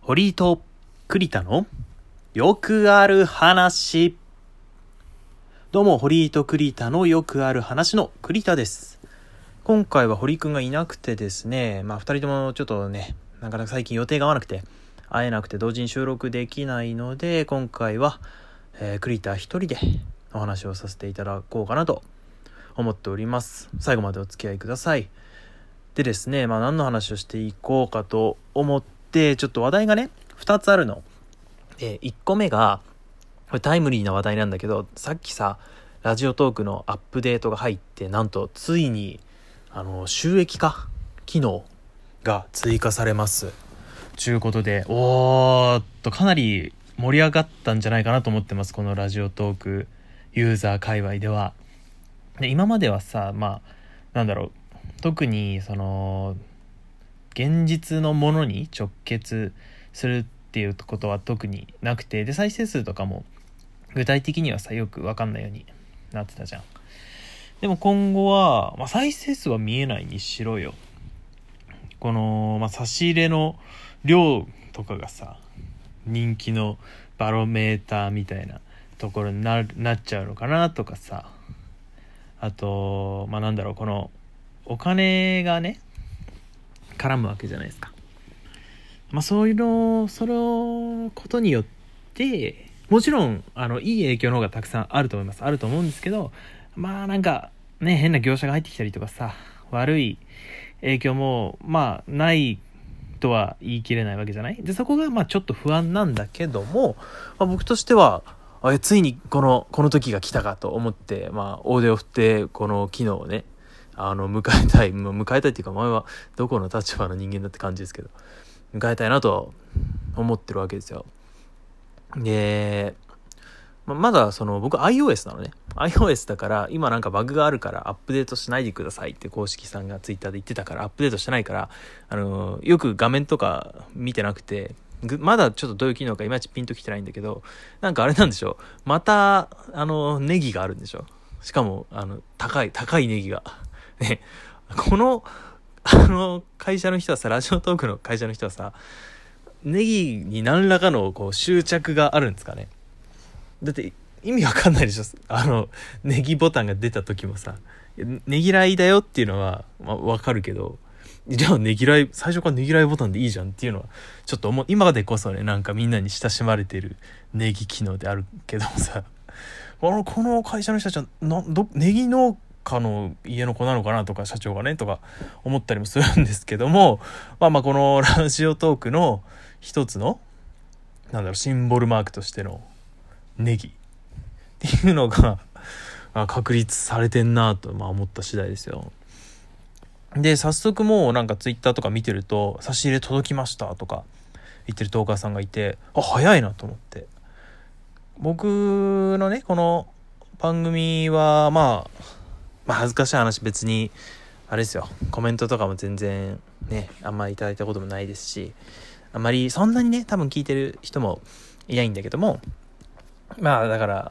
堀井と栗田のよくある話。どうも、堀井と栗田のよくある話の栗田です。今回は堀井くんがいなくてですね、二人ともちょっとね、なかなか最近予定が合わなくて会えなくて同時に収録できないので、今回は、栗田一人でお話をさせていただこうかなと思っております。最後までお付き合いください。でですね、何の話をしていこうかと思って、ちょっと話題がね2つあるの。1個目がこれタイムリーな話題なんだけど、さっきさラジオトークのアップデートが入って、なんとついに収益化機能が追加されますということで、かなり盛り上がったんじゃないかなと思ってます、このラジオトークユーザー界隈では。で、今まではさ、特に現実のものに直結するっていうことは特になくて、で再生数とかも具体的にはさよく分かんないようになってたじゃん。でも今後は、再生数は見えないにしろよ、この、差し入れの量とかがさ人気のバロメーターみたいなところになっちゃうのかなとかさ、あとこのお金がね絡むわけじゃないですか。そのことによってもちろんいい影響の方がたくさんあると思うんですけど、変な業者が入ってきたりとかさ、悪い影響もないとは言い切れないわけじゃない。でそこがちょっと不安なんだけども、僕としてはついにこの時が来たかと思って、大手を振ってこの機能をね迎えたいっていうか、前はどこの立場の人間だって感じですけど、迎えたいなと思ってるわけですよ。で、まだ僕 iOS なのね。iOS だから今バグがあるからアップデートしないでくださいって公式さんがツイッターで言ってたから、アップデートしてないからよく画面とか見てなくて、まだちょっとどういう機能かいまいちピンときてないんだけど、あれなんでしょう、またネギがあるんでしょ。しかも高いネギがね、この会社の人はさ、ラジオトークの会社の人はさ、ネギに何らかの執着があるんですかね。だって意味わかんないでしょ。ネギボタンが出た時もさ、ねぎらいだよっていうのはわかるけど、じゃあ最初からねぎらいボタンでいいじゃんっていうのはちょっと今でこそね、みんなに親しまれてるネギ機能であるけどもさ、この会社の人たちはネギ農家の家の子なのかなとか、社長がねとか思ったりもするんですけども、このラジオトークの一つのシンボルマークとしてのネギっていうのが確立されてんなと思った次第ですよ。で早速もうツイッターとか見てると、差し入れ届きましたとか言ってるトーカーさんがいて、早いなと思って、僕のねこの番組は恥ずかしい話、別にあれですよ、コメントとかも全然ねあんまりいただいたこともないですし、あんまりそんなにね多分聞いてる人もいないんだけども、だから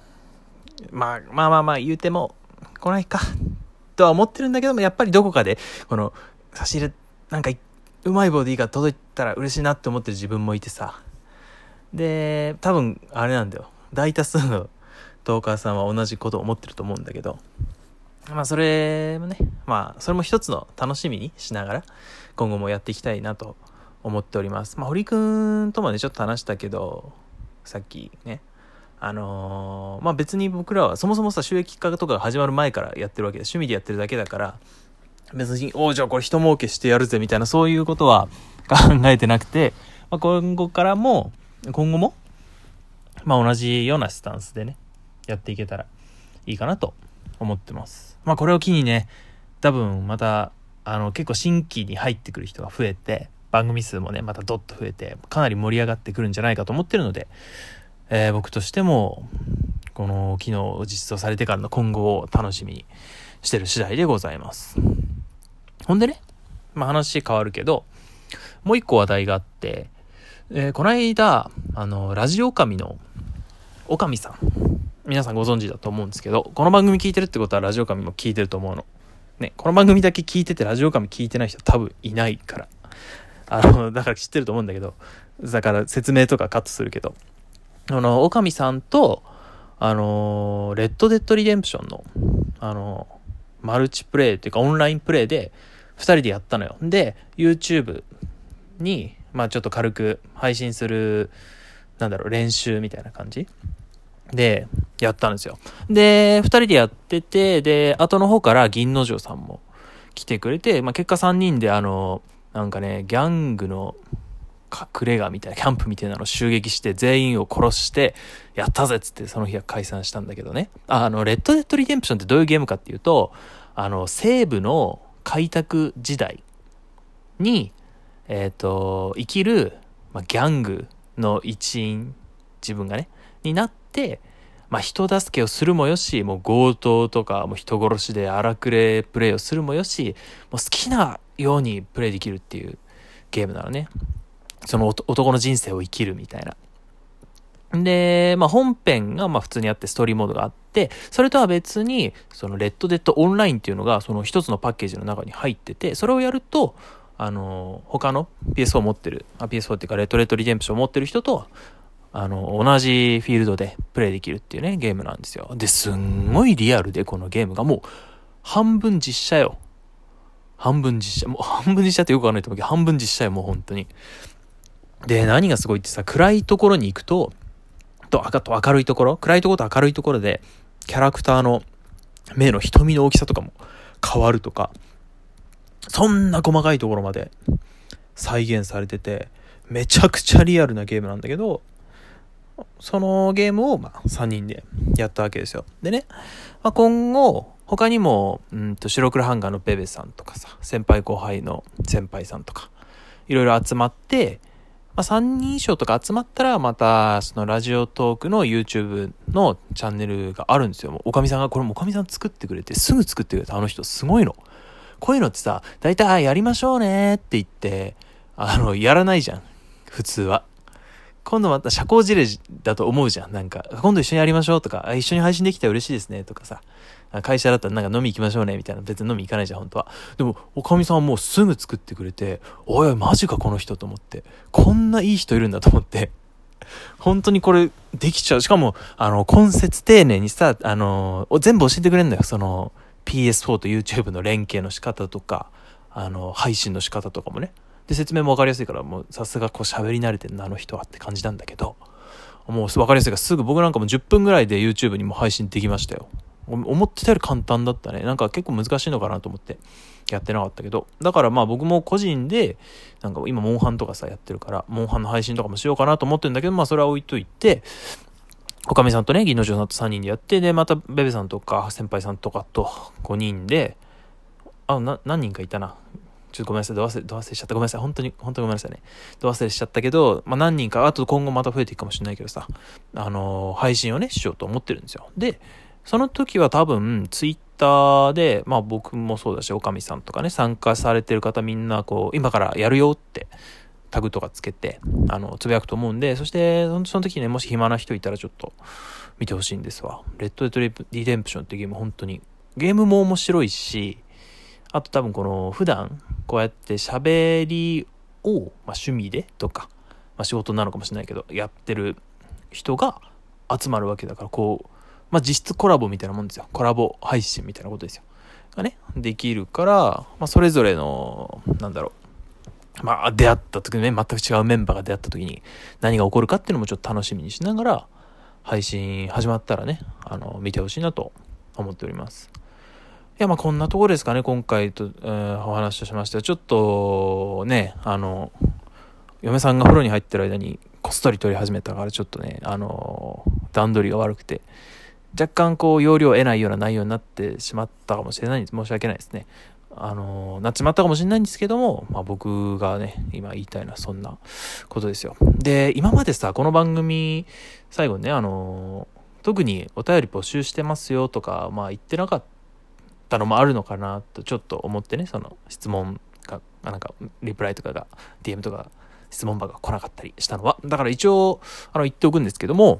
言うても来ないかとは思ってるんだけども、やっぱりどこかでこの差し入れうまい棒でいいから届いたら嬉しいなって思ってる自分もいてさ、で多分あれなんだよ、大多数のトーカーさんは同じことを思ってると思うんだけど、それもねそれも一つの楽しみにしながら今後もやっていきたいなと思っております。堀くんともねちょっと話したけど、さっきね別に僕らはそもそもさ収益化とかが始まる前からやってるわけで、趣味でやってるだけだから、別にじゃあこれ人儲けしてやるぜみたいなそういうことは考えてなくて、今後も同じようなスタンスでねやっていけたらいいかなと思ってます。これを機にね多分また結構新規に入ってくる人が増えて、番組数もねまたドッと増えてかなり盛り上がってくるんじゃないかと思ってるので、僕としてもこの機能を実装されてからの今後を楽しみにしてる次第でございます。ほんでね、話変わるけどもう一個話題があって、この間ラジオ神のおかみさん、皆さんご存知だと思うんですけど、この番組聞いてるってことはラジオ神も聞いてると思うのね。この番組だけ聞いててラジオ神聞いてない人多分いないから、 だから知ってると思うんだけど、だから説明とかカットするけど、おかみさんと、レッドデッドリデンプションの、マルチプレイっていうかオンラインプレイで2人でやったのよ。で、YouTube に、まあちょっと軽く配信する、練習みたいな感じでやったんですよ。で、2人でやってて、で、後の方から銀之丞さんも来てくれて、まあ結果3人でギャングの隠れ家みたいなキャンプみたいなのを襲撃して全員を殺してやったぜっつってその日は解散したんだけどね。レッドデッドリデンプションってどういうゲームかっていうと、西部の開拓時代に生きる、まあ、ギャングの一員、自分がねになって、まあ、人助けをするもよし、もう強盗とかもう人殺しで荒くれプレイをするもよし、もう好きなようにプレイできるっていうゲームなのね。その男の人生を生きるみたいな。で、まあ、本編がまあ普通にあってストーリーモードがあって、それとは別にそのレッドデッドオンラインっていうのがその一つのパッケージの中に入ってて、それをやると他の PS4 を持ってる、PS4 っていうかレッドデッドリデンプションを持ってる人と同じフィールドでプレイできるっていうねゲームなんですよ。ですんごいリアルで、このゲームがもう半分実写よ。半分実写。もう半分実写ってよくわかんないと思うけど、半分実写よ、もう本当に。で、何がすごいってさ、暗いところに行くと、明るいところ、暗いところと明るいところで、キャラクターの目の瞳の大きさとかも変わるとか、そんな細かいところまで再現されてて、めちゃくちゃリアルなゲームなんだけど、そのゲームをまあ3人でやったわけですよ。でね、まあ、今後、他にも、白黒ハンガーのベベさんとかさ、先輩後輩の先輩さんとか、いろいろ集まって、まあ、3人以上とか集まったら、また、そのラジオトークの YouTube のチャンネルがあるんですよ。もうおかみさんが、これもおかみさん作ってくれて、すぐ作ってくれたあの人、すごいの。こういうのってさ、だいたいやりましょうねって言って、やらないじゃん。普通は。今度また社交辞令だと思うじゃん。なんか、今度一緒にやりましょうとか、一緒に配信できたら嬉しいですねとかさ。会社だったらなんか飲み行きましょうねみたいな。別に飲み行かないじゃん、本当は。でも、おかみさんはもうすぐ作ってくれて、おい、マジかこの人と思って。こんないい人いるんだと思って。本当にこれできちゃう。しかも、根節丁寧にさ、全部教えてくれるんだよ。その、PS4 と YouTube の連携の仕方とか、配信の仕方とかもね。で、説明も分かりやすいから、もうさすがこう喋り慣れてるな、あの人はって感じなんだけど、もう分かりやすいからすぐ僕なんかも10分ぐらいで YouTube にも配信できましたよ。思ってたより簡単だったね。なんか結構難しいのかなと思ってやってなかったけど、だからまあ僕も個人でなんか今モンハンとかさやってるから、モンハンの配信とかもしようかなと思ってるんだけど、まあそれは置いといて、おかみさんとね、銀之丞さんと3人でやって、でまたベベさんとか先輩さんとかと5人で、何人かいたな。ちょっとごめんなさい、ど忘れしちゃった。ごめんなさい、本当にごめんなさいね。ど忘れしちゃったけど、まあ何人か、あと今後また増えていくかもしれないけどさ、配信をね、しようと思ってるんですよ。で、その時は多分、ツイッターで、まあ僕もそうだし、おかみさんとかね、参加されてる方みんな、こう、今からやるよって、タグとかつけて、つぶやくと思うんで、そして、その時にね、もし暇な人いたらちょっと、見てほしいんですわ。レッドデッドリデンプションってゲーム、本当に、ゲームも面白いし、あと多分この普段こうやって喋りを、まあ、趣味でとか、まあ、仕事なのかもしれないけどやってる人が集まるわけだから、こう、まあ、実質コラボみたいなもんですよ。コラボ配信みたいなことですよ。がね、できるから、まあ、それぞれのまあ出会った時にね、全く違うメンバーが出会った時に何が起こるかっていうのもちょっと楽しみにしながら配信始まったらね、見てほしいなと思っております。いや、まあこんなところですかね、今回と、お話としましては。ちょっとね、嫁さんが風呂に入ってる間にこっそり撮り始めたから、ちょっとね、段取りが悪くて、若干こう容量を得ないような内容になってしまったかもしれないんです。申し訳ないですね。なっちまったかもしれないんですけども、まあ僕がね、今言いたいのはそんなことですよ。で、今までさ、この番組、最後にね、特にお便り募集してますよとか、まあ言ってなかったのもあるのかなとちょっと思ってね、その質問が、なんかリプライとかが、DM とか質問箱が来なかったりしたのは。だから一応、言っておくんですけども、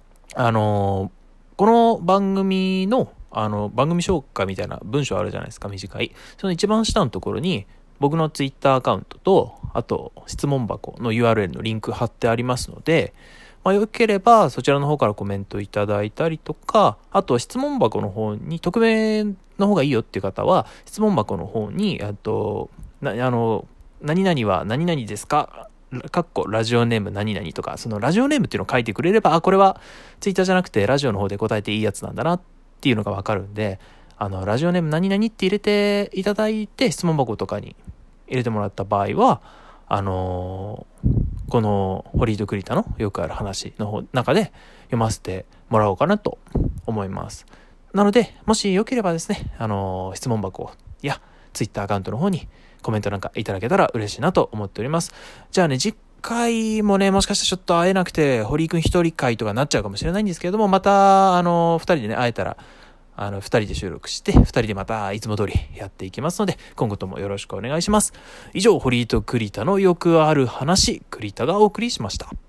この番組の、番組紹介みたいな文章あるじゃないですか、短い。その一番下のところに、 僕のツイッターアカウントと、あと質問箱の URL のリンク貼ってありますので、よければそちらの方からコメントいただいたりとか、あと質問箱の方に、匿名の方がいいよっていう方は、質問箱の方に、何々は何々ですかラジオネーム何々とか、そのラジオネームっていうのを書いてくれれば、これはツイッターじゃなくてラジオの方で答えていいやつなんだなっていうのがわかるんで、ラジオネーム何々って入れていただいて、質問箱とかに入れてもらった場合は、このホリーと栗田のよくある話の中で読ませてもらおうかなと思います。なので、もしよければですね、質問箱やツイッターアカウントの方にコメントなんかいただけたら嬉しいなと思っております。じゃあね、次回もね、もしかしたらちょっと会えなくて、堀井くん一人会とかなっちゃうかもしれないんですけれども、また、二人でね、会えたら、二人で収録して、二人でまたいつも通りやっていきますので、今後ともよろしくお願いします。以上、堀井と栗田のよくある話、栗田がお送りしました。